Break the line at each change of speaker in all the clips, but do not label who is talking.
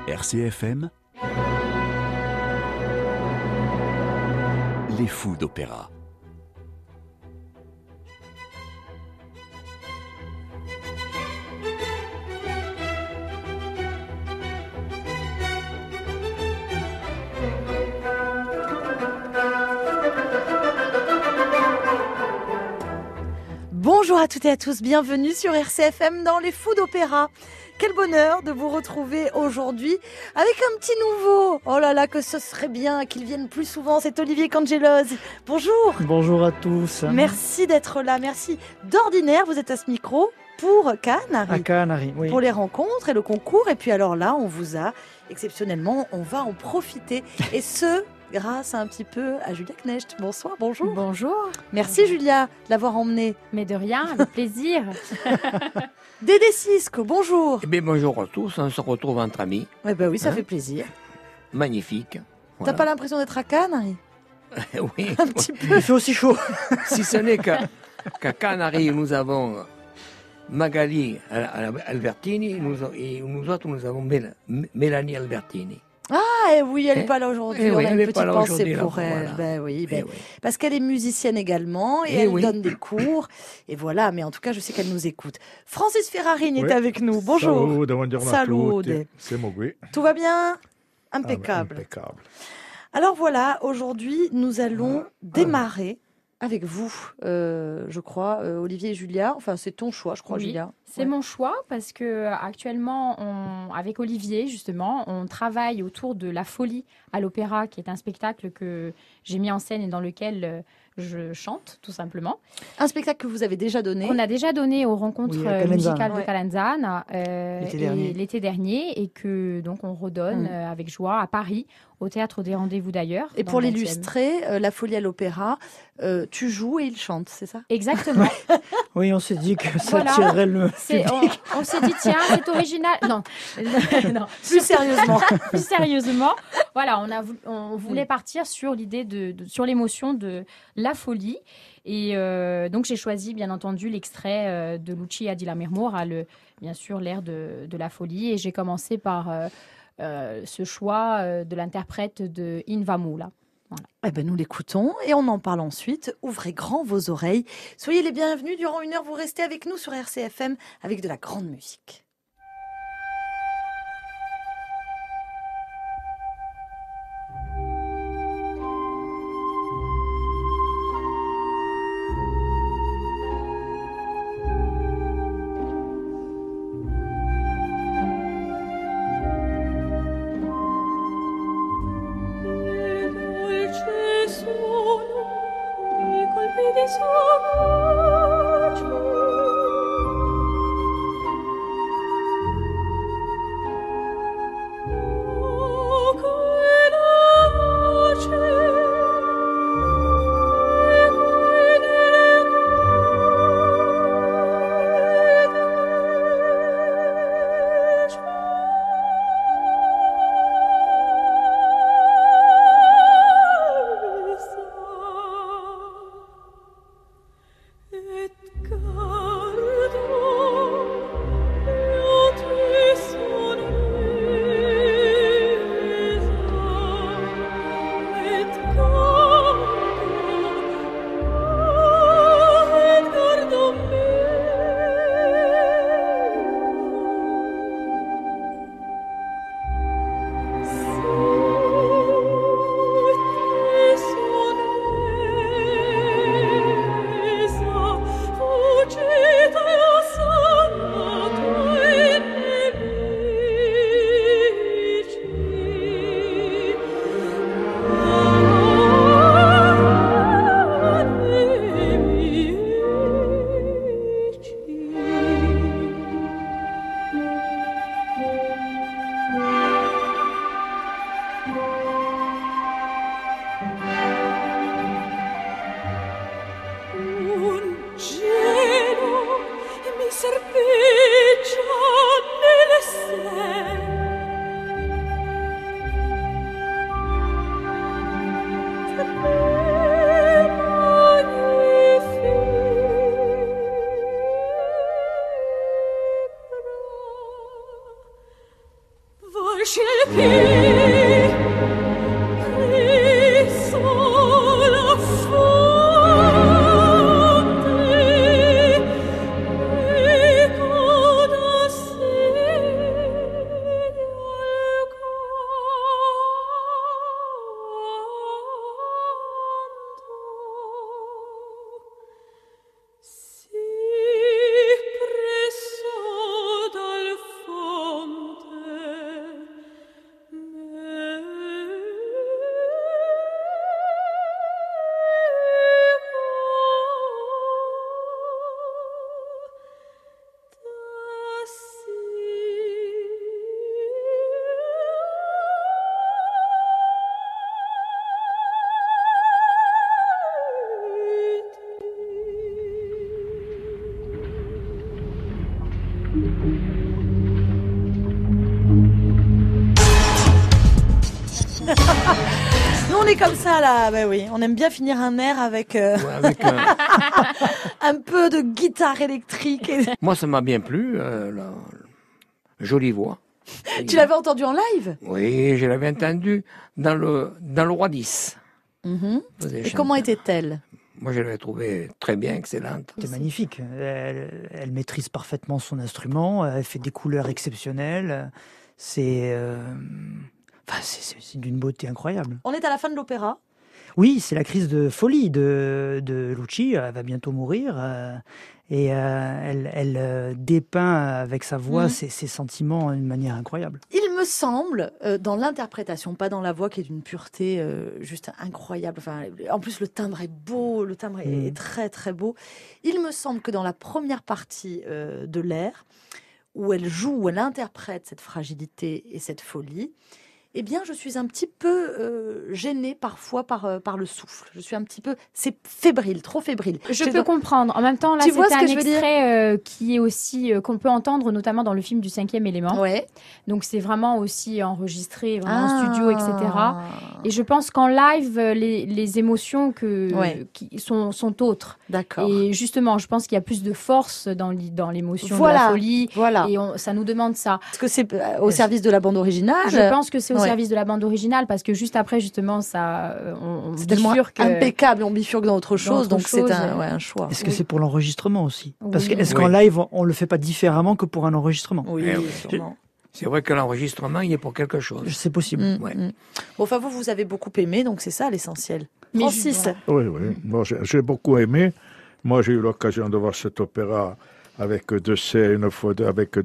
RCFM, les fous d'opéra.
Bonjour à toutes et à tous, bienvenue sur RCFM dans les fous d'opéra. Quel bonheur de vous retrouver aujourd'hui avec un petit nouveau. Oh là là, que ce serait bien qu'il vienne plus souvent, c'est Olivier Cangelos. Bonjour.
Bonjour à tous.
Merci d'être là, merci. D'ordinaire, vous êtes à ce micro pour Canary.
À Canary, oui.
Pour les rencontres et le concours. Et puis alors là, on vous a, exceptionnellement, on va en profiter. Et ce, grâce un petit peu à Julia Knecht. Bonsoir, bonjour.
Bonjour.
Merci Julia de l'avoir emmenée.
Mais de rien, avec plaisir.
Dédé Cisco, bonjour.
Eh bien, bonjour à tous, on se retrouve entre amis.
Eh ben oui, ça
Hein
fait plaisir.
Magnifique.
T'as pas l'impression d'être à Cannes, Harry?
Oui,
Un petit peu.
Il fait aussi chaud.
si ce n'est qu'à Canary, nous avons Magali Albertini et nous autres, nous avons Mélanie Albertini.
Ah oui, elle n'est pas là aujourd'hui.
Eh
On
oui,
a
elle
une
est
petite
pas là
pensée
aujourd'hui,
pour
là,
elle.
voilà.
Ben oui,
Eh oui.
parce qu'elle est musicienne également et
Eh
elle
oui.
donne des cours. Et voilà, mais en tout cas, je sais qu'elle nous écoute. Francis Ferrarini
Oui.
est avec nous. Bonjour.
Salud, buongiorno a
Salud.
tutti. C'est Mogui.
Tout va bien? Impeccable.
Impeccable.
Alors voilà, aujourd'hui, nous allons démarrer avec vous, je crois, Olivier et Julia. Enfin, c'est ton choix, je crois,
Oui,
Julia.
c'est
Ouais.
mon choix parce que actuellement, avec Olivier, justement, on travaille autour de La Folie à l'Opéra, qui est un spectacle que j'ai mis en scène et dans lequel je chante, tout simplement.
Un spectacle que vous avez déjà donné.
Qu'on a déjà donné aux rencontres
Oui, à Calenzane.
musicales
Ouais.
de Calenzane
L'été dernier.
et que donc on redonne avec joie à Paris, au Théâtre des Rendez-vous d'ailleurs.
Et
dans
pour
le 20e.
l'illustrer, La Folie à l'Opéra, tu joues et il chante, c'est ça?
Exactement.
Oui, on s'est dit que ça
Voilà.
tirerait le public.
On s'est dit, tiens, c'est original. Non, non.
Plus sérieusement.
Plus sérieusement, voilà, on voulait partir sur l'idée sur l'émotion de La Folie. Et donc, j'ai choisi, bien entendu, l'extrait de Lucia di Lammermoor, bien sûr, l'air de La Folie. Et j'ai commencé par ce choix de l'interprète de In Va Mula.
Eh ben, nous l'écoutons et on en parle ensuite. Ouvrez grand vos oreilles. Soyez les bienvenus. Durant 1 heure, vous restez avec nous sur RCFM avec de la grande musique.
Dolce sono i colpi di sua voce. dolci al pied presso la fonte e coda sede al canto si presso dal fonte
Nous, on est comme ça, là. Ben oui, on aime bien finir un air avec
Ouais, avec,
un peu de guitare électrique.
moi, ça m'a bien plu, la jolie voix.
Tu l'avais entendu en live?
Oui, je l'avais entendu dans le Roi 10.
Et comment était-elle?
Moi, je l'avais trouvée très bien, excellente.
C'est magnifique. Elle maîtrise parfaitement son instrument. Elle fait des couleurs exceptionnelles. C'est d'une beauté incroyable.
On est à la fin de l'opéra.
Oui, c'est la crise de folie de Lucci. Elle va bientôt mourir. Et elle dépeint avec sa voix ses sentiments d'une manière incroyable.
Il me semble, dans l'interprétation, pas dans la voix, qui est d'une pureté juste incroyable. Enfin, en plus, le timbre est beau, le timbre est très très beau. Il me semble que dans la première partie de l'air, où elle joue, où elle interprète cette fragilité et cette folie, eh bien, je suis un petit peu gênée parfois par le souffle. Je suis un petit peu... C'est fébrile, trop fébrile.
Je peux comprendre. En même temps, là,
Tu vois
c'est
ce que
un
je veux dire
extrait qui est aussi... qu'on peut entendre notamment dans le film du 5e élément.
Ouais.
Donc, c'est vraiment aussi enregistré vraiment en studio, etc.
Ah.
Et je pense qu'en live, les émotions qui sont autres.
D'accord.
Et justement, je pense qu'il y a plus de force dans l'émotion de
Voilà.
la folie.
Voilà.
Et ça nous demande ça.
Est-ce que c'est au service de la bande originale?
Je pense que c'est au
Ouais.
service de la bande originale parce que juste après, justement, ça, on
C'est tellement
bifurque.
impeccable, on bifurque dans autre chose,
autre
donc c'est
chose,
un choix.
Est-ce que c'est pour l'enregistrement aussi?
Oui.
Parce que est-ce
Oui.
qu'en live, on le fait pas différemment que pour un enregistrement?
Oui,
Eh oui.
sûrement.
C'est vrai que l'enregistrement, il est pour quelque chose.
C'est possible.
Ouais.
Bon, enfin, vous avez beaucoup aimé, donc c'est ça l'essentiel.
Mais
Francis,
voilà.
Oui. Moi, j'ai beaucoup aimé. Moi, j'ai eu l'occasion de voir cet opéra avec Dessay une fois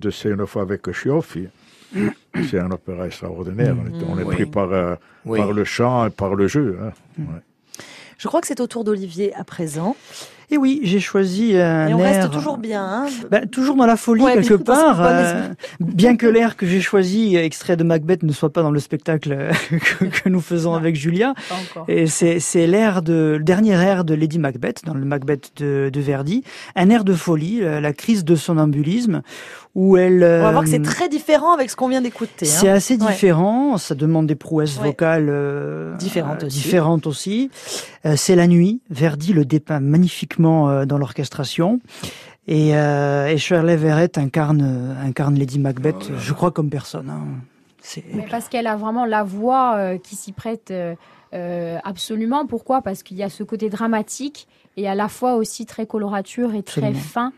avec Scioffi. C'est un opéra extraordinaire. On est
Oui.
pris par le chant et par le jeu. Hein. Ouais.
je crois que c'est au tour d'Olivier à présent.
Et oui, j'ai choisi un
Et on
air...
reste toujours bien. Hein.
Toujours dans la folie,
Ouais,
quelque
dans ce
part.
bon esprit.
Bien que l'air que j'ai choisi, extrait de Macbeth, ne soit pas dans le spectacle que nous faisons avec Julia.
Pas encore.
Et c'est le dernier air de Lady Macbeth, dans le Macbeth de Verdi. Un air de folie, la crise de somnambulisme, où elle...
On va voir que c'est très différent avec ce qu'on vient d'écouter. Hein.
C'est assez
Ouais.
différent, ça demande des prouesses
Ouais.
vocales différentes aussi. C'est la nuit, Verdi le dépeint magnifiquement dans l'orchestration. Et Shirley Verrett incarne Lady Macbeth, je crois, comme personne. Hein.
Mais parce qu'elle a vraiment la voix qui s'y prête absolument. Pourquoi? Parce qu'il y a ce côté dramatique et à la fois aussi très colorature et très
Absolument.
fin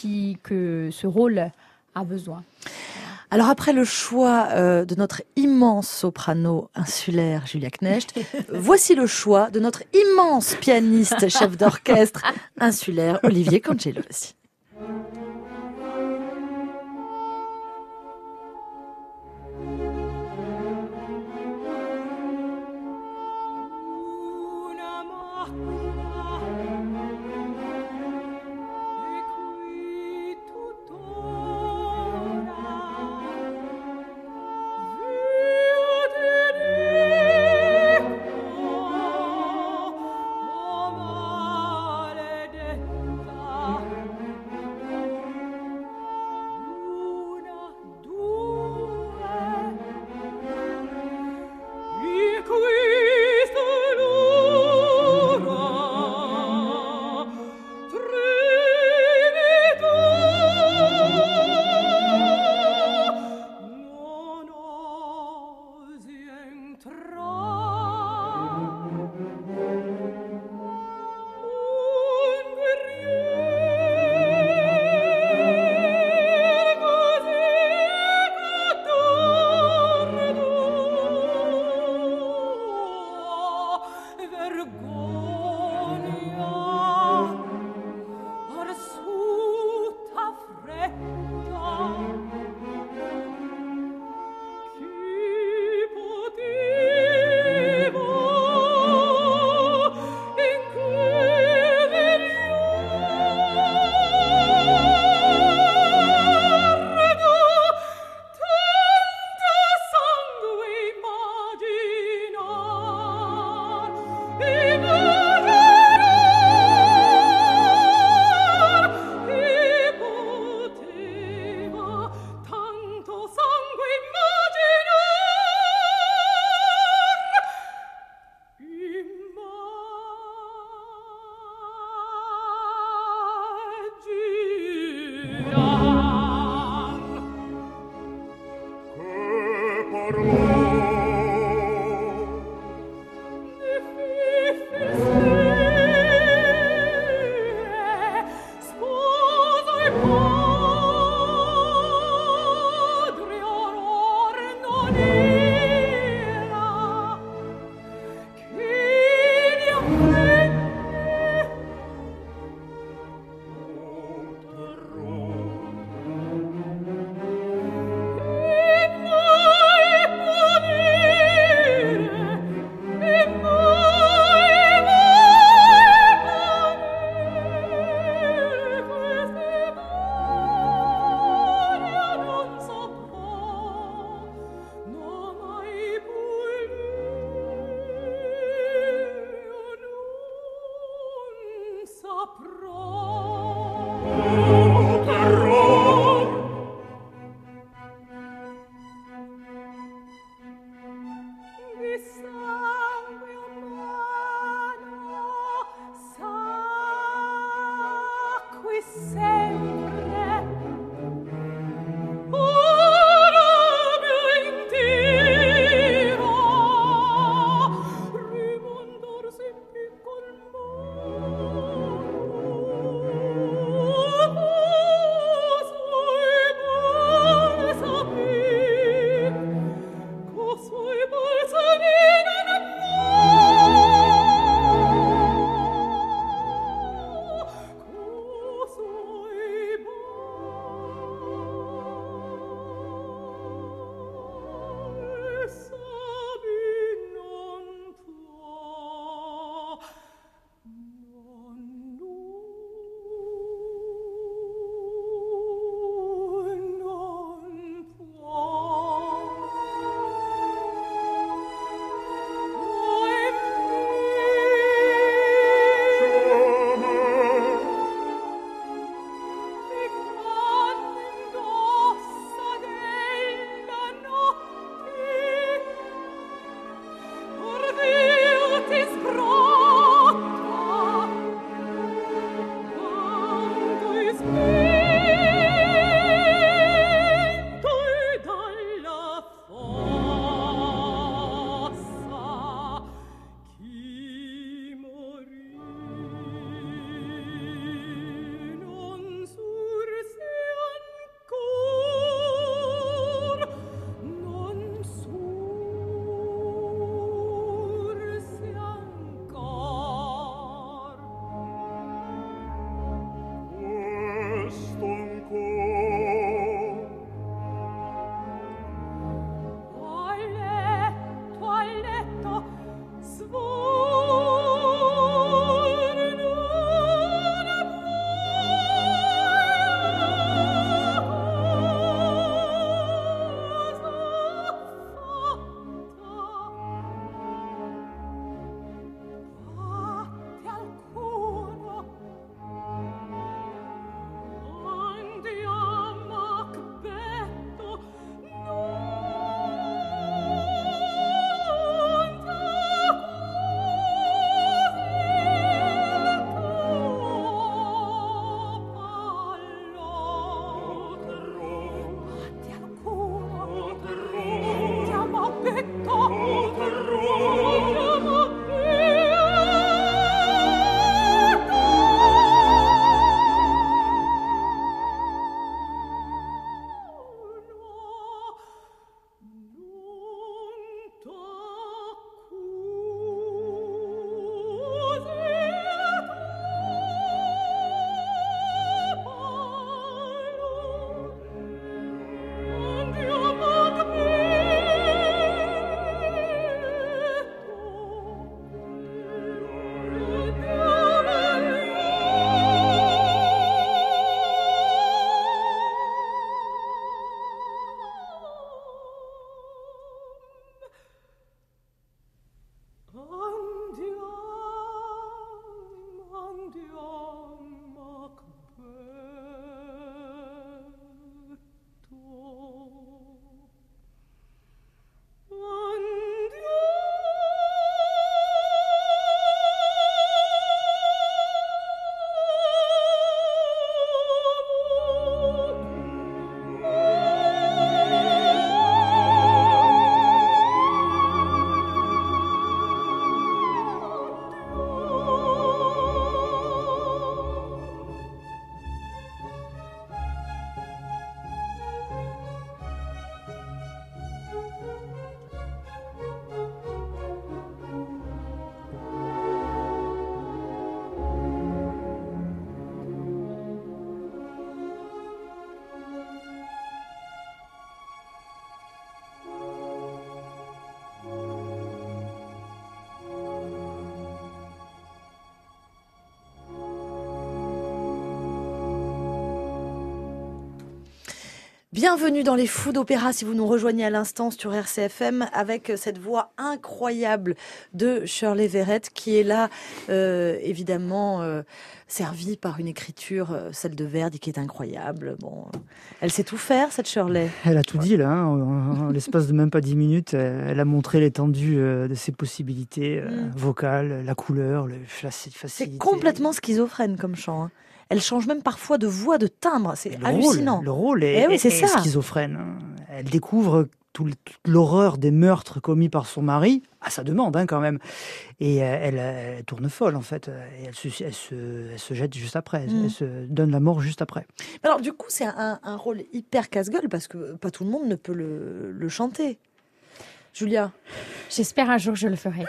que ce rôle a besoin.
Alors après le choix de notre immense soprano insulaire Julia Knecht, voici le choix de notre immense pianiste chef d'orchestre insulaire Olivier Cangellosi.
Una macchina e qui tuttora via di Dio, o maledetta In my
Bienvenue dans les Fous d'Opéra si vous nous rejoignez à l'instant sur RCFM avec cette voix incroyable de Shirley Verrett qui est là évidemment servie par une écriture, celle de Verdi qui est incroyable. Bon, elle sait tout faire cette Shirley.
Elle a tout dit là, hein. En l'espace de même pas 10 minutes, elle a montré l'étendue de ses possibilités vocales, la couleur, la facilité.
C'est complètement schizophrène comme chant. Hein. Elle change même parfois de voix, de timbre. C'est hallucinant.
Le rôle est,
oui, c'est
est schizophrène. Elle découvre toute l'horreur des meurtres commis par son mari, à sa demande quand même. Et elle tourne folle en fait. Et elle se jette juste après. Elle se donne la mort juste après.
Alors du coup, c'est un rôle hyper casse-gueule parce que pas tout le monde ne peut le chanter. Julia,
j'espère un jour je le ferai.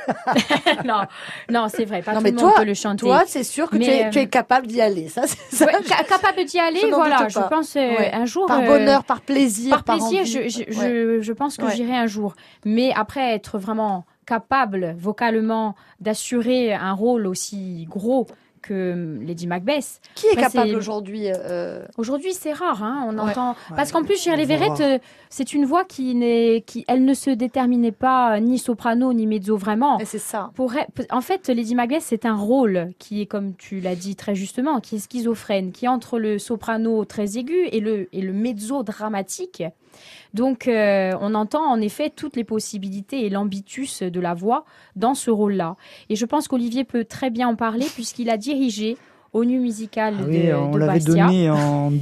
non, c'est vrai, pas
non,
tout le monde peut le chanter.
Toi, c'est sûr que tu es capable d'y aller. Ça, c'est ça.
Ouais, capable d'y aller, voilà. Je pense un jour.
Par bonheur, par plaisir,
par plaisir, je pense que j'irai un jour. Mais après, être vraiment capable vocalement d'assurer un rôle aussi gros que Lady Macbeth.
Qui est capable aujourd'hui
Aujourd'hui, c'est rare. Hein, on entend parce qu'en plus, Shirley Verrett, c'est une voix elle ne se déterminait pas ni soprano ni mezzo vraiment.
Et c'est ça.
En fait, Lady Macbeth, c'est un rôle qui est, comme tu l'as dit très justement, qui est schizophrène, qui est entre le soprano très aigu et le mezzo dramatique. Donc, on entend en effet toutes les possibilités et l'ambitus de la voix dans ce rôle-là. Et je pense qu'Olivier peut très bien en parler puisqu'il a dirigé au Nu Musical de Bastia.
On l'avait donné en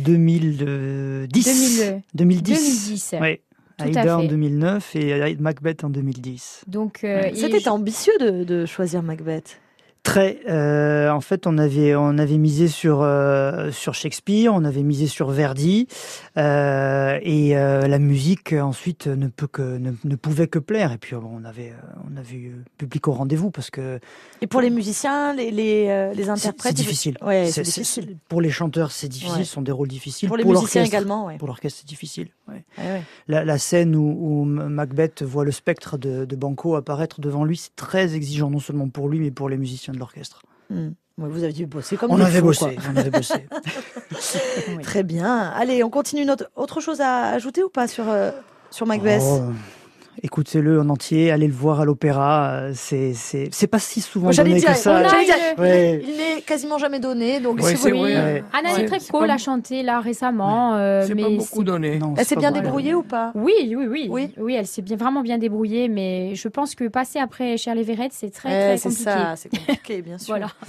2010.
2010.
Oui. Aïda en 2009 et Macbeth en 2010.
Donc, c'était ambitieux de choisir Macbeth.
Très. En fait, on avait misé sur Shakespeare, on avait misé sur Verdi, et la musique ensuite ne pouvait que plaire. Et puis on avait eu public au rendez-vous parce que.
Et pour les musiciens, les interprètes,
c'est difficile.
Ouais, c'est difficile.
Pour les chanteurs, c'est difficile. Ce sont des rôles difficiles.
Pour les musiciens également. Ouais.
Pour l'orchestre, c'est difficile. Ouais.
Ouais.
La scène où Macbeth voit le spectre de Banquo apparaître devant lui, c'est très exigeant non seulement pour lui mais pour les musiciens de l'orchestre.
Vous aviez bossé comme
on avait bossé.
Oui. Très bien. Allez, on continue. Autre chose à ajouter ou pas sur Macbeth?
Écoutez-le en entier, allez le voir à l'opéra. C'est pas si souvent donné que ça.
Il n'est quasiment jamais donné. Donc
c'est vrai.
Anna Netrebko l'a chanté là récemment.
C'est pas beaucoup donné.
Elle s'est bien débrouillée ou pas?
Oui, elle s'est vraiment bien débrouillée, mais je pense que passer après Shirley Verrett, c'est très compliqué.
C'est compliqué, bien sûr.
Voilà.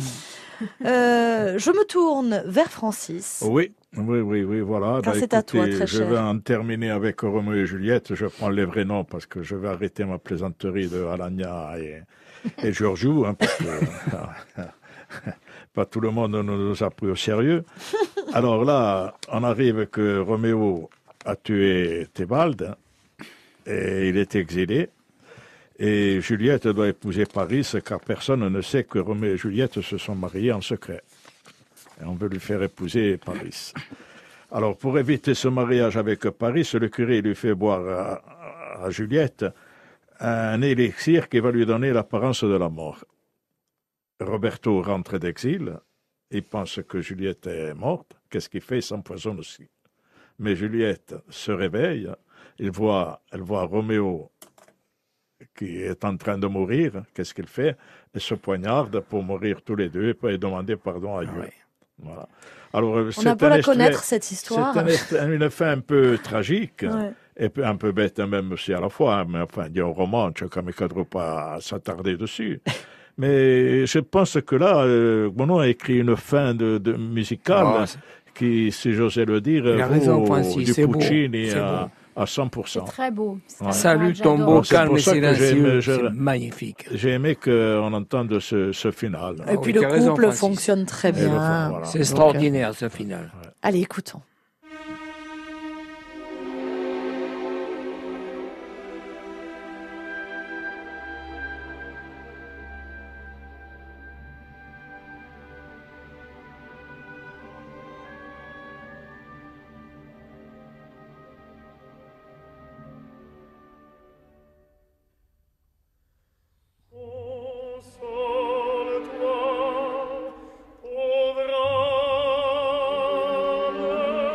Je me tourne vers Francis.
Oui, voilà.
Car c'est à toi, très cher.
Je vais en terminer avec Roméo et Juliette. Je prends les vrais noms parce que je vais arrêter ma plaisanterie de Alagna et Giorgio, hein, parce que pas tout le monde nous a pris au sérieux. Alors là, on arrive que Roméo a tué Thébalde et il est exilé. Et Juliette doit épouser Paris, car personne ne sait que Roméo et Juliette se sont mariés en secret. Et on veut lui faire épouser Paris. Alors, pour éviter ce mariage avec Paris, le curé lui fait boire à Juliette un élixir qui va lui donner l'apparence de la mort. Roberto rentre d'exil, il pense que Juliette est morte. Qu'est-ce qu'il fait? Il s'empoisonne aussi. Mais Juliette se réveille, elle voit Roméo qui est en train de mourir. Qu'est-ce qu'il fait? Elle se poignarde pour mourir tous les deux et pour demander pardon à Dieu.
Ouais.
Voilà. Alors,
on a beau la connaître, cette histoire.
C'est une fin un peu tragique, et un peu bête même aussi à la fois, mais enfin, il y a un roman, comme il ne faudrait pas s'attarder dessus. Mais je pense que là, Gounod a écrit une fin de musicale qui, si j'osais le dire, vaut du Puccini à 100%.
C'est très beau.
Salut ton beau calme et silencieux, c'est magnifique.
J'ai aimé qu'on entende ce final.
Et puis le couple fonctionne très bien.
Voilà. C'est extraordinaire ce final.
Ouais. Allez, écoutons.
Pauvre âme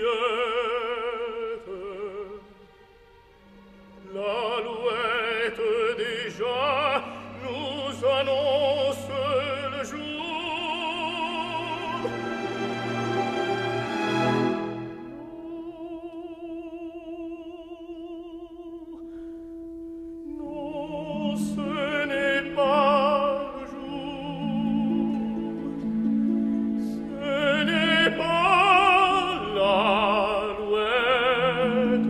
L'alouette déjà nous annonce le jour. Non, ce n'est pas le jour. Ce n'est pas l'alouette.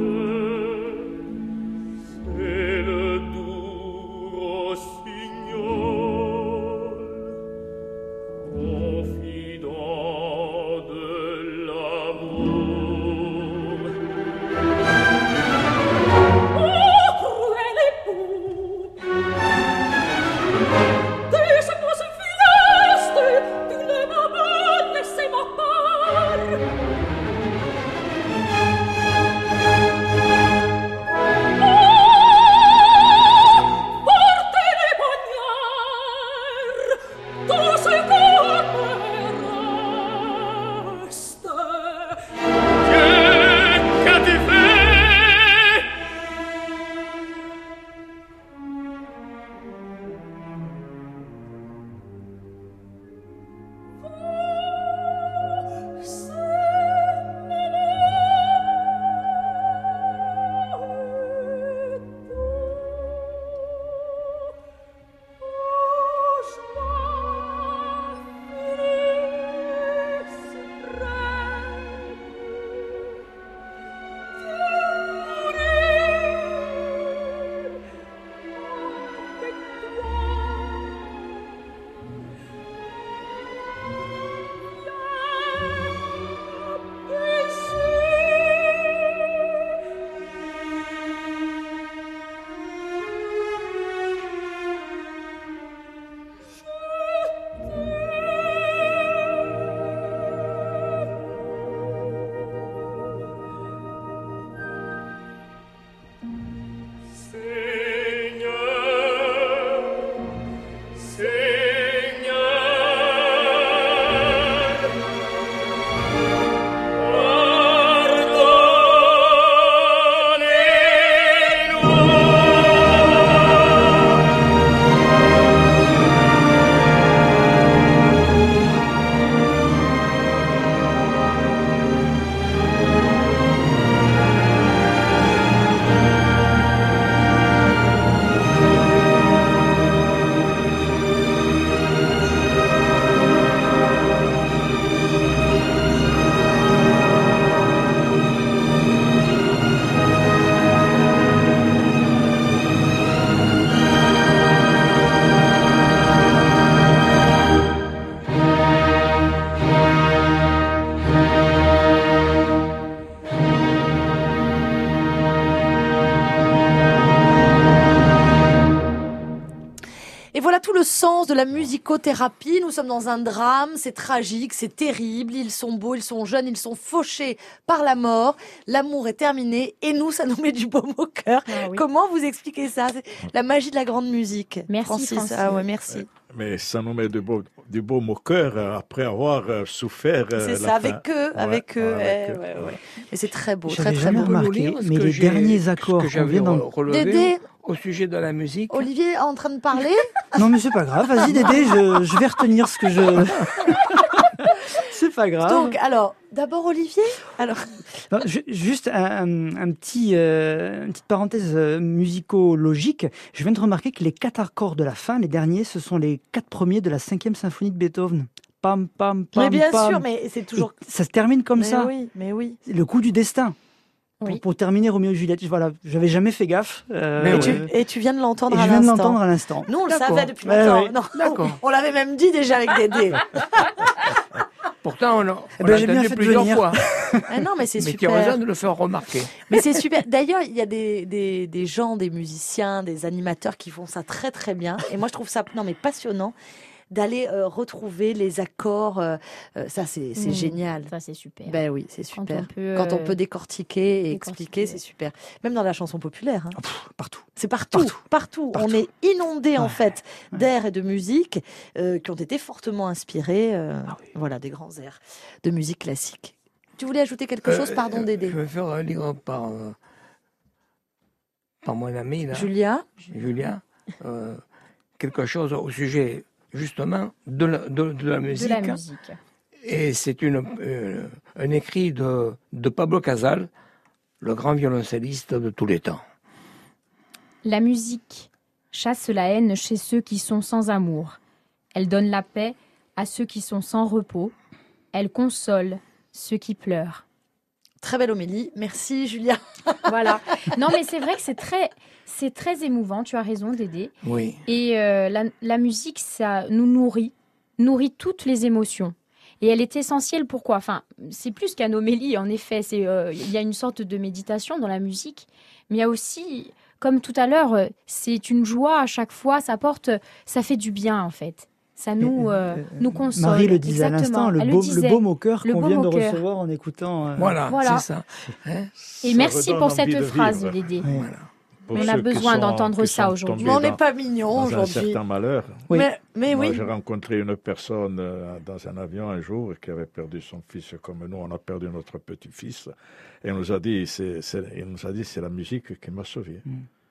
C'est le doux rossignol, confident de l'amour. Oh, cruel époux, laisse-moi ce funeste, tu ne m'as pas laissé ma part. Portez les poignards, tout ce corps me reste. Qu'as-tu fait?
Et voilà tout le sens de la musicothérapie. Nous sommes dans un drame, c'est tragique, c'est terrible. Ils sont beaux, ils sont jeunes, ils sont fauchés par la mort. L'amour est terminé et nous, ça nous met du baume au cœur.
Ah oui.
Comment vous expliquez ça? C'est la magie de la grande musique.
Merci, Francis.
Ah ouais, merci.
Mais ça nous met du baume au cœur après avoir souffert.
C'est
la
ça,
fin.
avec eux.
avec eux.
Ouais. Mais c'est très beau, très
J'avais
très
jamais
beau.
remarqué, mais les derniers accords
que
qu'on
j'avais
vient d'en...
relevé
Dédé,
au sujet de la musique.
Olivier est en train de parler.
Non, mais c'est pas grave. Vas-y, Dédé, je vais retenir ce que je... C'est pas grave.
Donc, alors, d'abord Olivier. Alors,
Non, juste une petite parenthèse musicologique. Je viens de remarquer que les 4 accords de la fin, les derniers, ce sont les 4 premiers de la 5e symphonie de Beethoven. Pam, pam, pam,
mais bien
pam.
sûr, mais c'est toujours.
Et ça se termine comme
mais
ça.
Oui, mais oui.
Le coup du destin.
Oui.
Pour terminer Roméo et Juliette, voilà, j'avais jamais fait gaffe.
Mais
Et,
oui.
tu viens de l'entendre
Et
à
je viens de
l'instant.
l'entendre à l'instant.
Nous, on le
D'accord.
savait depuis
Ouais,
longtemps.
ouais.
Non,
D'accord.
on l'avait même dit déjà avec Dédé.
Pourtant, on
Eh
l'a
ben, j'ai bien
entendu
fait de
plusieurs
venir.
fois.
Ah non, mais c'est
Mais tu as
super.
raison de le faire remarquer.
Mais c'est super. D'ailleurs, il y a des gens, des musiciens, des animateurs qui font ça très très bien. Et moi, je trouve ça passionnant d'aller retrouver les accords. Ça, c'est génial.
Ça, c'est super.
Ben oui, c'est
Quand
super.
on peut,
Quand on peut décortiquer et
décortiquer.
expliquer, c'est super. Même dans la chanson populaire. hein.
Partout.
C'est partout, partout. On est inondé en fait d'airs et de musique qui ont été fortement inspirés, voilà, des grands airs de musique classique. Tu voulais ajouter quelque chose, pardon Dédé.
Je vais faire lire par mon ami, là,
Julia.
quelque chose au sujet, justement, de la musique.
De la musique.
Et c'est un écrit de Pablo Casals, le grand violoncelliste de tous les temps.
La musique chasse la haine chez ceux qui sont sans amour. Elle donne la paix à ceux qui sont sans repos. Elle console ceux qui pleurent.
Très belle homélie. Merci, Julia.
Voilà. Non, mais c'est vrai que c'est très émouvant. Tu as raison, Dédé.
Oui.
Et la musique, ça nous nourrit toutes les émotions. Et elle est essentielle. Pourquoi ? Enfin, c'est plus qu'un homélie, en effet. Il y a une sorte de méditation dans la musique. Mais il y a aussi, comme tout à l'heure, c'est une joie à chaque fois. Ça fait du bien, en fait. Ça nous console.
Marie le disait à l'instant, le baume au cœur qu'on vient de recevoir en écoutant.
Voilà. C'est ça.
Et merci pour cette phrase, Dédé.
Oui.
Voilà.
On a besoin d'entendre ça aujourd'hui.
Mais on n'est pas mignon
Dans un
aujourd'hui.
certain malheur.
Oui.
Mais
Moi,
oui.
j'ai rencontré une personne dans un avion un jour qui avait perdu son fils comme nous, on a perdu notre petit-fils. Et il nous a dit, c'est la musique qui m'a sauvé.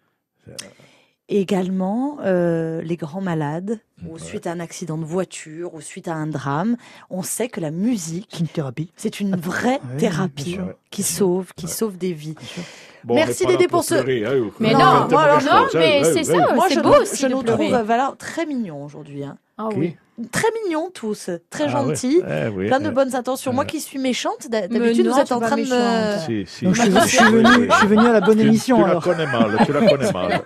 Également, les grands malades, ou suite à un accident de voiture, ou suite à un drame, on sait que la musique,
C'est une thérapie.
c'est une vraie
Oui,
thérapie
bien sûr.
qui sauve des vies.
Bon,
Merci,
on n'est pas
Dédé,
là
pour ce-
pleurer, hein,
Mais
vous
non,
faites
moi, alors,
mauvaise
non,
chose, hein,
mais
ouais,
c'est
ouais.
ça.
Moi,
c'est
je
beau
nous,
aussi
je
de
nous
pleurer.
trouve Valard très mignons aujourd'hui. Hein.
Ah
Qui
oui.
Très mignons tous, très
Ah,
gentils,
ouais. Eh oui,
plein de
eh.
bonnes intentions. Moi qui suis méchante, d'habitude
non,
vous êtes
tu
en
es pas
train de me...
méchante.
Si.
Donc, je suis venu à la bonne émission
Tu la
alors.
connais mal, tu la connais mal.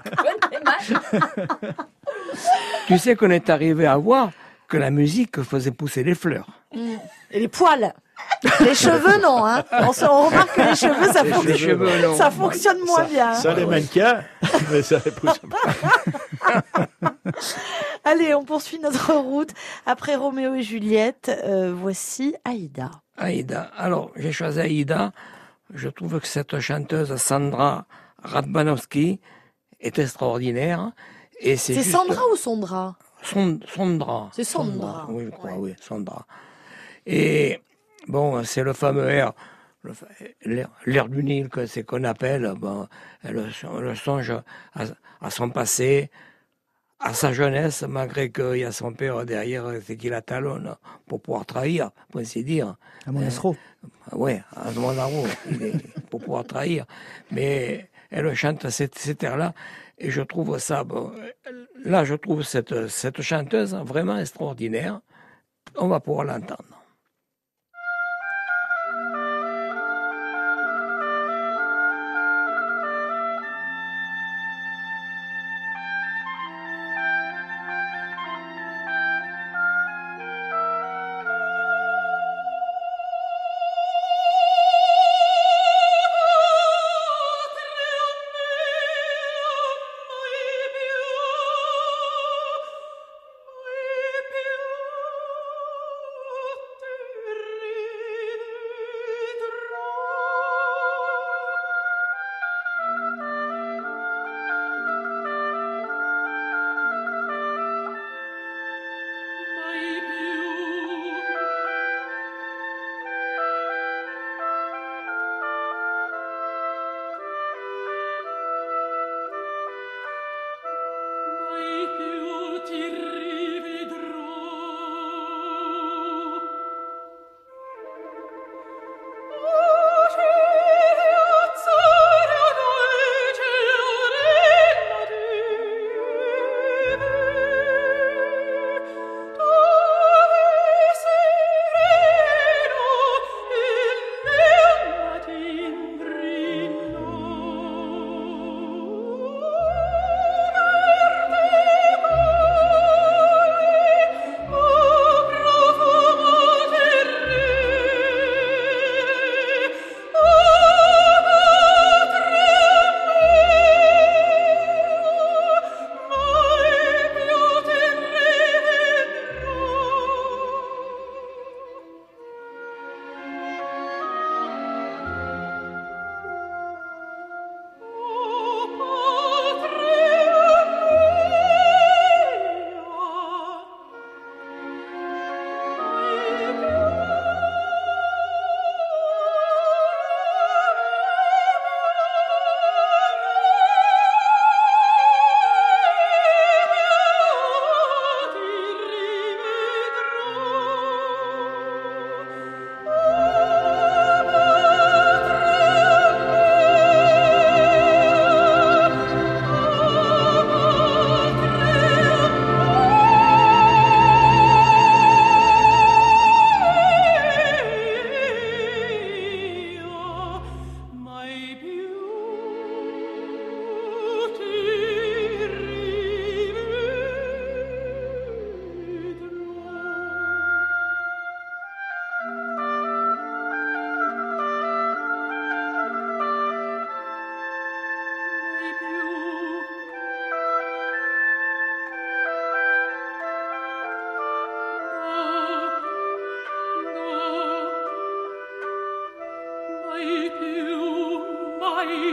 Tu sais qu'on est arrivé à voir que la musique faisait pousser les fleurs.
Et les poils. Les cheveux, non. Hein. On remarque que les cheveux, ça,
Les cheveux, non.
ça fonctionne moins bien. hein.
Ça les maintient, mais ça les pousse pas.
Allez, on poursuit notre route. Après Roméo et Juliette, voici Aïda.
Aïda. Alors, j'ai choisi Aïda. Je trouve que cette chanteuse, Sandra Radbanowski, est extraordinaire. Et
C'est
juste-
Sandra ou Sondra
Sondra.
C'est Sondra.
Oui, je crois,
Ouais.
oui, Sondra. Et bon, c'est le fameux air, l'air du Nil, que c'est qu'on appelle. Bon, elle songe à son passé, à sa jeunesse, malgré qu'il y a son père derrière, c'est qui la talonne pour pouvoir trahir, pour ainsi dire.
À mon astro.
Oui, à mon amour, pour pouvoir trahir. Mais elle chante cet air-là, et je trouve ça, bon, là, je trouve cette chanteuse vraiment extraordinaire. On va pouvoir l'entendre.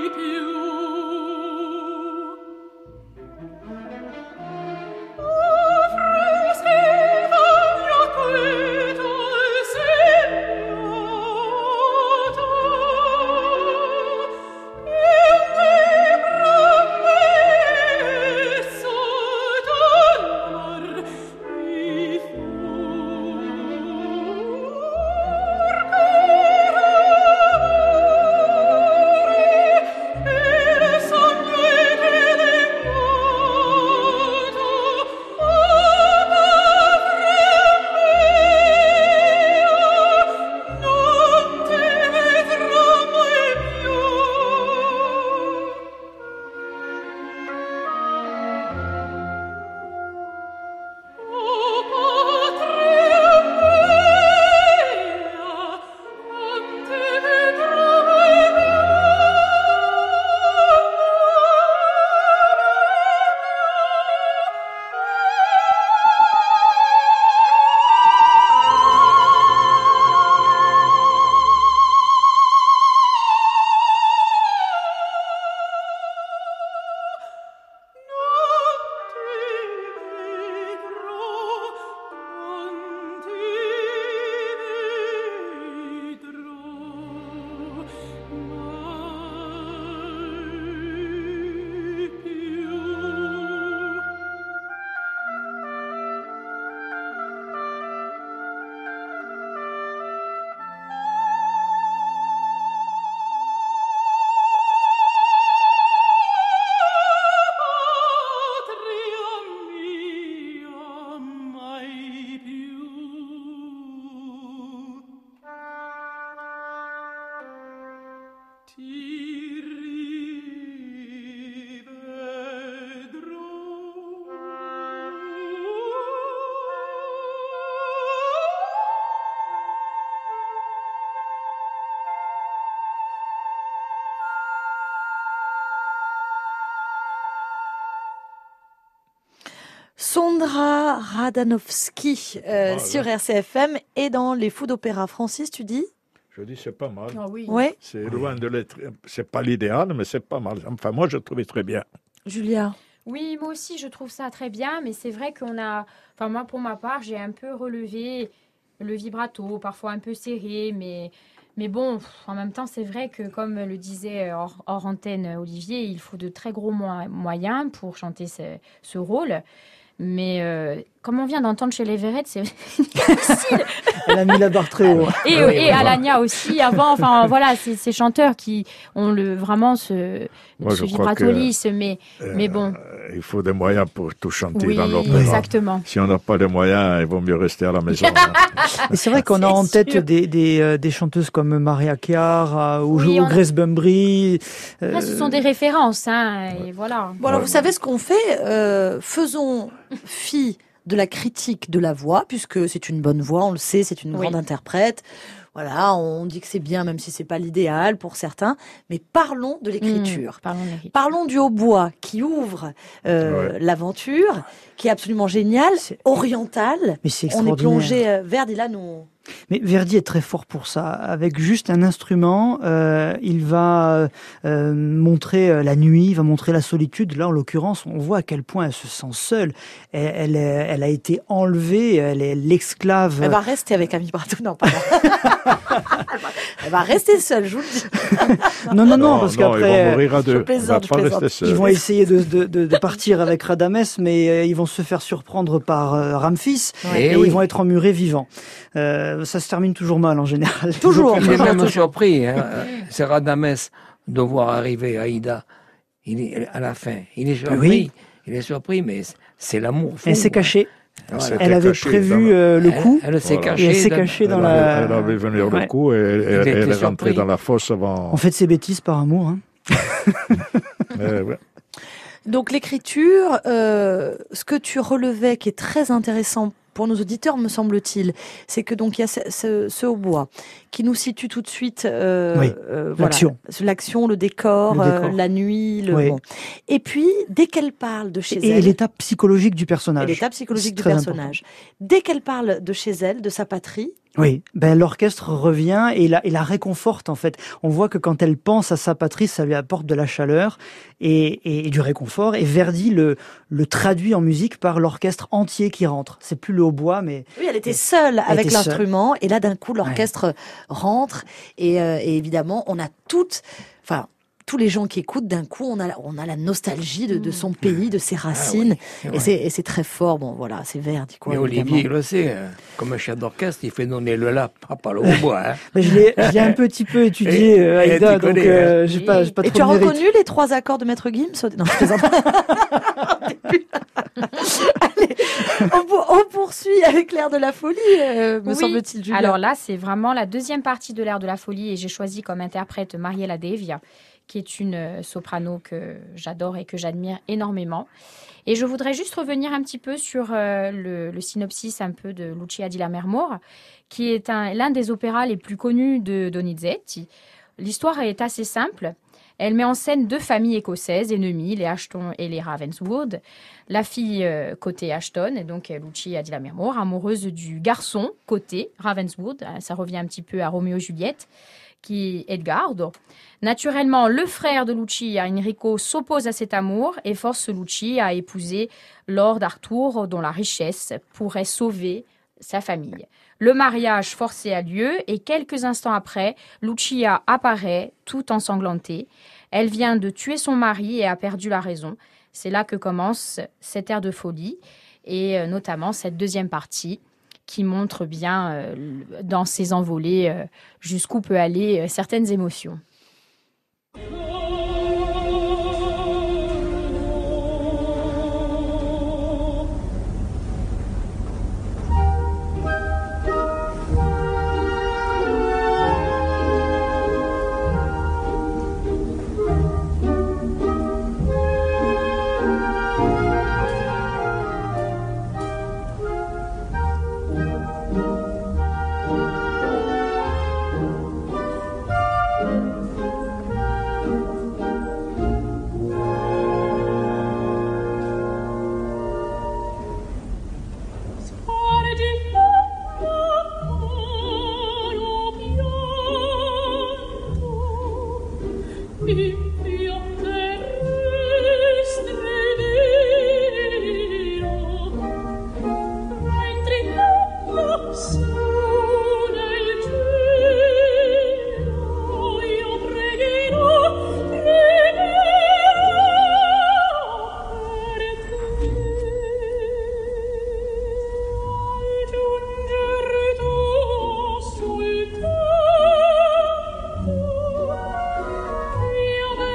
Sondra Radanovsky sur RCFM et dans les Fous d'Opéra. Francis, tu dis?
Je dis c'est pas mal.
Oh oui.
Ouais.
C'est loin de l'être. C'est pas l'idéal, mais c'est pas mal. Enfin, moi, je le trouvais très bien.
Julia?
Oui, moi aussi, je trouve ça très bien, mais c'est vrai qu'on a... Enfin, moi, pour ma part, j'ai un peu relevé le vibrato, parfois un peu serré, mais bon, en même temps, c'est vrai que, comme le disait hors antenne Olivier, il faut de très gros moyens pour chanter ce rôle. Mais comme on vient d'entendre chez les Verrettes, c'est difficile.
Elle a mis la barre très haut.
Et Alagna aussi, avant. Enfin, voilà, ces chanteurs qui ont vraiment ce vibrato lisse. Mais bon.
Il faut des moyens pour tout chanter dans l'opéra.
Oui, exactement.
Si on n'a pas les moyens, il vaut mieux rester à la maison.
Et c'est vrai qu'on a en tête des chanteuses comme Maria Chiara ou Grace Bumbry.
Là, ce sont des références, hein, et voilà.
Bon, alors, vous savez ce qu'on fait? Faisons fi de la critique de la voix, puisque c'est une bonne voix, on le sait, c'est une grande interprète. Voilà, on dit que c'est bien, même si c'est pas l'idéal pour certains. Mais parlons de l'écriture. Parlons du hautbois qui ouvre l'aventure, qui est absolument génial, oriental.
Mais c'est
on
extraordinaire.
est plongé. Verdi là, nous.
Mais Verdi est très fort pour ça. Avec juste un instrument, il va montrer la nuit, il va montrer la solitude. Là, en l'occurrence, on voit à quel point elle se sent seule. Elle a été enlevée, elle est l'esclave.
Elle va rester avec un vibrato. Non, pardon. Elle va rester seule, je vous le dis.
Non, parce qu'après,
ils vont mourir à deux.
Ils vont essayer de partir avec Radames, mais ils vont se faire surprendre par Ramphis et ils vont être emmurés vivants. Ça se termine toujours mal en général.
Toujours.
Il est même surpris. C'est Radames de voir arriver Aïda. À la fin, il est surpris.
Oui.
Il est surpris, mais c'est l'amour fou.
Elle s'est cachée.
Voilà.
Elle avait prévu le coup.
Elle s'est cachée.
Elle s'est cachée dans la.
Elle avait venu le coup et elle est rentrée dans la fosse avant.
On fait de ses bêtises par amour. Hein.
Ouais.
Donc l'écriture, ce que tu relevais, qui est très intéressant pour nos auditeurs, me semble-t-il, c'est que donc il y a ce hautbois qui nous situe tout de suite l'action, le décor, la nuit, bon. Et puis dès qu'elle parle de chez elle,
et l'état psychologique du personnage.
Dès qu'elle parle de chez elle, de sa patrie,
Oui, ben l'orchestre revient et la réconforte en fait. On voit que quand elle pense à sa patrie, ça lui apporte de la chaleur et du réconfort. Et Verdi le traduit en musique par l'orchestre entier qui rentre. C'est plus le hautbois, mais
Oui, elle était seule avec
était
l'instrument, et là d'un coup l'orchestre rentre, et évidemment on a tous les gens qui écoutent, d'un coup, on a la nostalgie de son pays, de ses racines, et c'est très fort. Bon, voilà, c'est Verdi, quoi.
Mais Olivier, il le sait, comme un chef d'orchestre, il fait donner le la, pas le hautbois.
Mais je l'ai un petit peu étudié, Aïda, donc j'ai pas trop de
Et tu as
mérite.
reconnu les 3 accords de Maître Gims? Non, je plaisante. Allez, on poursuit avec l'air de la folie, me semble-t-il, Julia.
Alors là, c'est vraiment la deuxième partie de l'air de la folie, et j'ai choisi comme interprète Mariella Devia, qui est une soprano que j'adore et que j'admire énormément. Et je voudrais juste revenir un petit peu sur le synopsis un peu de Lucia di Lammermoor, qui est l'un des opéras les plus connus de Donizetti. L'histoire est assez simple. Elle met en scène 2 familles écossaises ennemies, les Ashton et les Ravenswood. La fille côté Ashton, et donc Lucia di Lammermoor, amoureuse du garçon côté Ravenswood. Ça revient un petit peu à Roméo et Juliette, qui est Edgardo. Naturellement, le frère de Lucia, Enrico, s'oppose à cet amour et force Lucia à épouser Lord Arthur, dont la richesse pourrait sauver sa famille. Le mariage forcé a lieu et quelques instants après, Lucia apparaît tout ensanglantée. Elle vient de tuer son mari et a perdu la raison. C'est là que commence cet air de folie et notamment cette deuxième partie qui montre bien dans ses envolées jusqu'où peut aller certaines émotions.
Io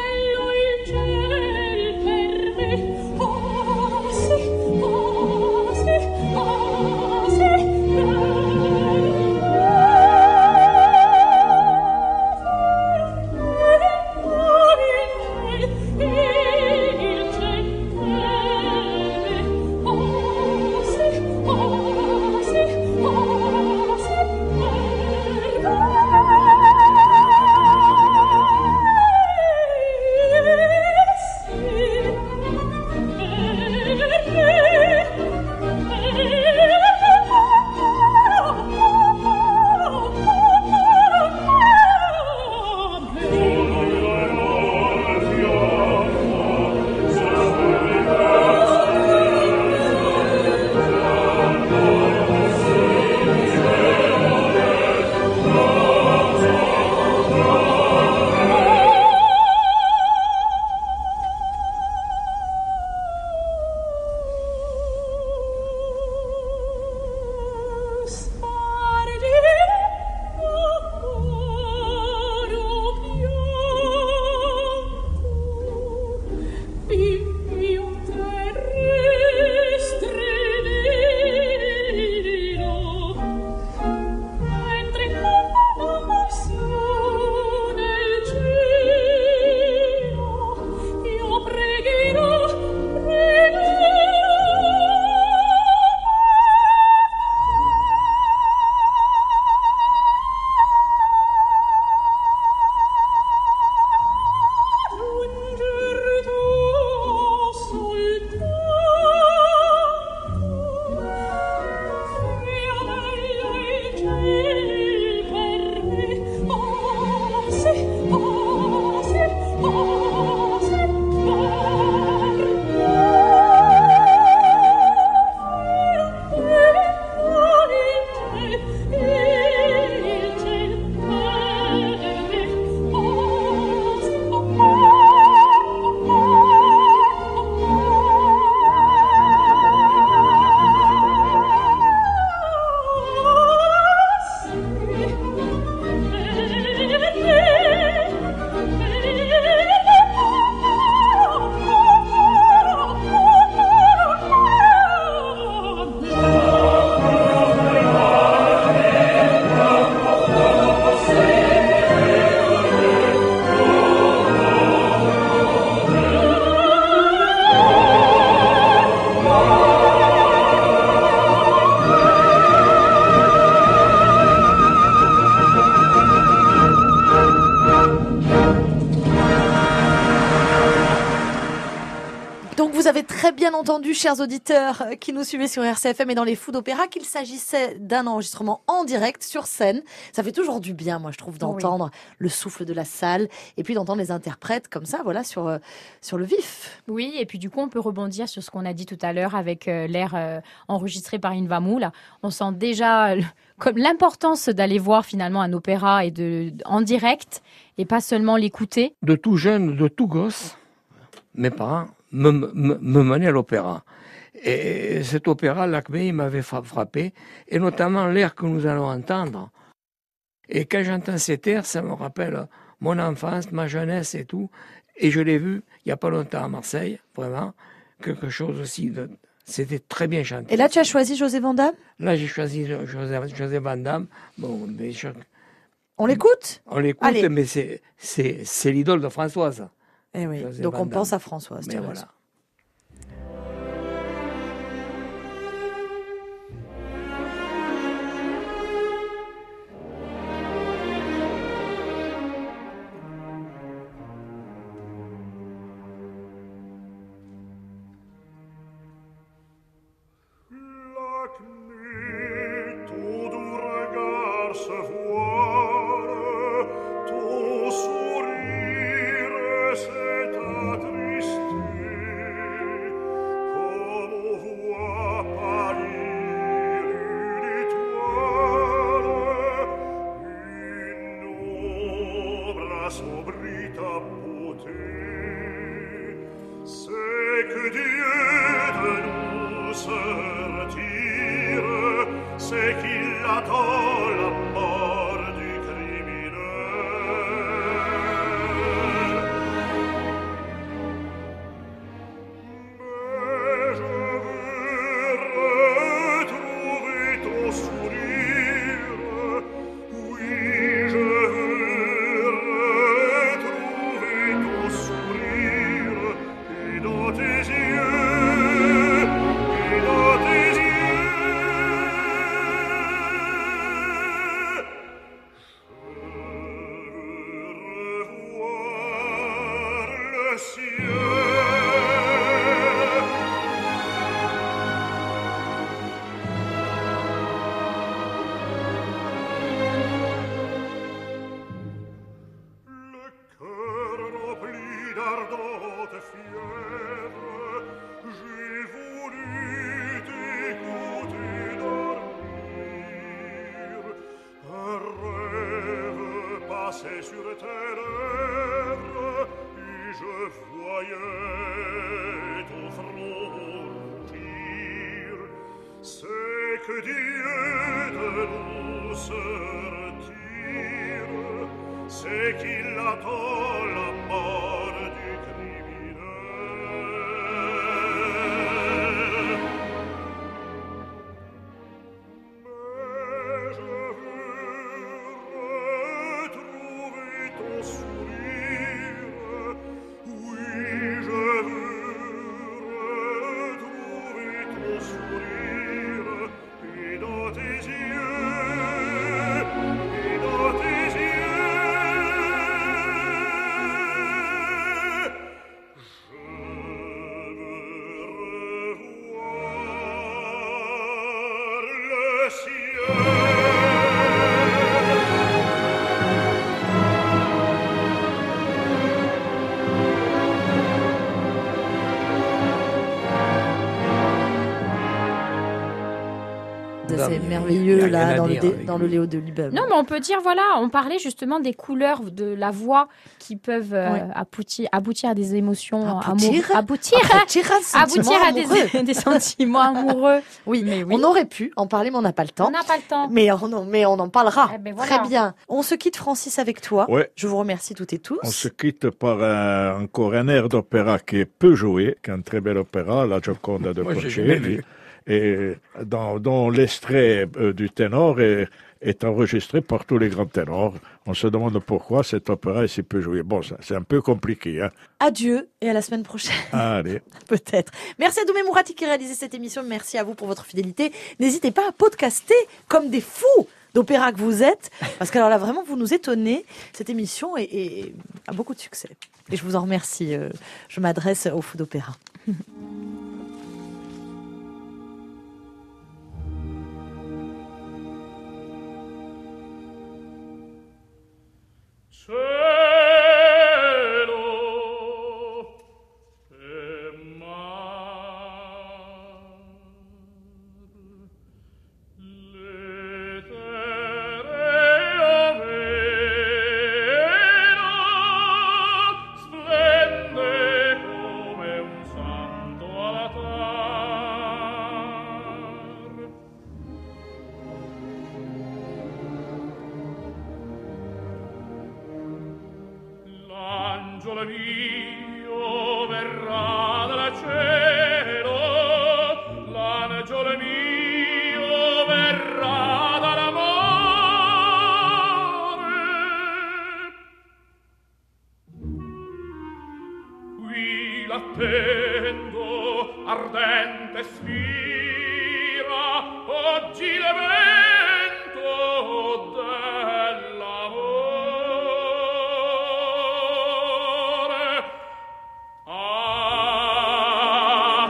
Vous avez très bien entendu, chers auditeurs qui nous suivez sur RCFM et dans les fous d'opéra, qu'il s'agissait d'un enregistrement en direct sur scène. Ça fait toujours du bien, moi, je trouve, d'entendre le souffle de la salle et puis d'entendre les interprètes comme ça, voilà, sur le vif.
Oui, et puis du coup, on peut rebondir sur ce qu'on a dit tout à l'heure avec l'air enregistré par Inva Moula. On sent déjà comme l'importance d'aller voir finalement un opéra et en direct et pas seulement l'écouter.
De tout jeune, de tout gosse, mes parents me menaient à l'opéra. Et cet opéra, l'Acmé, il m'avait frappé, et notamment l'air que nous allons entendre. Et quand j'entends cet air, ça me rappelle mon enfance, ma jeunesse et tout. Et je l'ai vu il n'y a pas longtemps à Marseille, vraiment, quelque chose aussi de... C'était très bien chanté.
Et là, tu as choisi José Van Damme ?
Là, j'ai choisi José Van Damme. Bon, mais
on l'écoute ?
On l'écoute, mais c'est l'idole de Françoise.
Eh oui, José donc Van on Damme. Pense à Françoise.
Mais voilà.
C'est merveilleux là dans le Léo de Libeb.
Non, mais on peut dire voilà, on parlait justement des couleurs de la voix qui peuvent aboutir à des émotions
aboutir à
des sentiments amoureux.
Oui, on aurait pu en parler, mais on n'a pas le temps.
On n'a pas le temps.
Mais on en parlera.
Voilà.
Très bien. On se quitte, Francis, avec toi.
Ouais.
Je vous remercie toutes et tous.
On se quitte par encore un air d'opéra qui est peu joué, qui est un très bel opéra, La Gioconda de Puccini. Et dont l'extrait du ténor est enregistré par tous les grands ténors. On se demande pourquoi cet opéra est si peu joué. Bon, ça, c'est un peu compliqué. Hein.
Adieu et à la semaine prochaine.
Allez.
Peut-être. Merci à Doumé Mourati qui a réalisé cette émission. Merci à vous pour votre fidélité. N'hésitez pas à podcaster comme des fous d'opéra que vous êtes. Parce que alors là, vraiment, vous nous étonnez. Cette émission a beaucoup de succès. Et je vous en remercie. Je m'adresse aux fous d'opéra.
mio verrà dal cielo, l'angelo mio verrà dall'amore. Qui l'attendo ardente sfira, oggi l'evento dell'amore. Ah,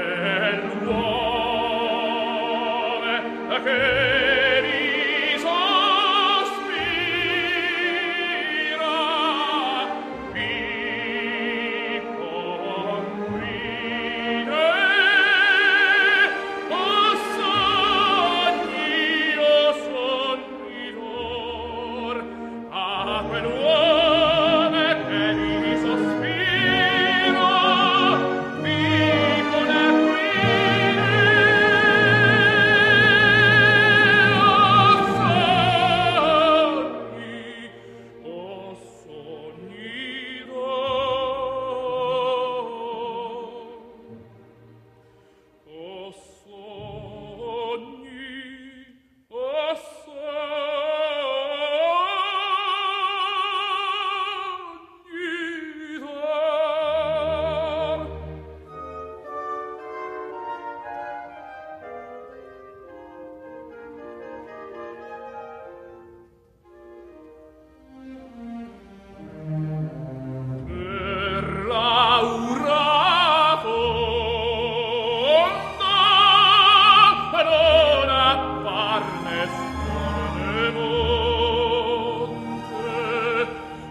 quell'uomo che mi sospira, mi conguide, o sogni, o sognidor. Ah, quell'uomo che mi sospira, mi conguide, o per l'aurato onda non appar nessuna monte,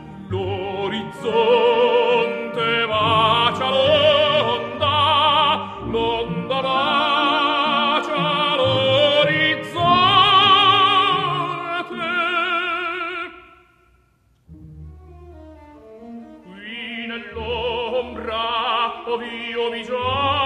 l'orizzonte bacia l'onda, l'onda bacia l'orizzonte. Qui nell'ombra ov'io mi già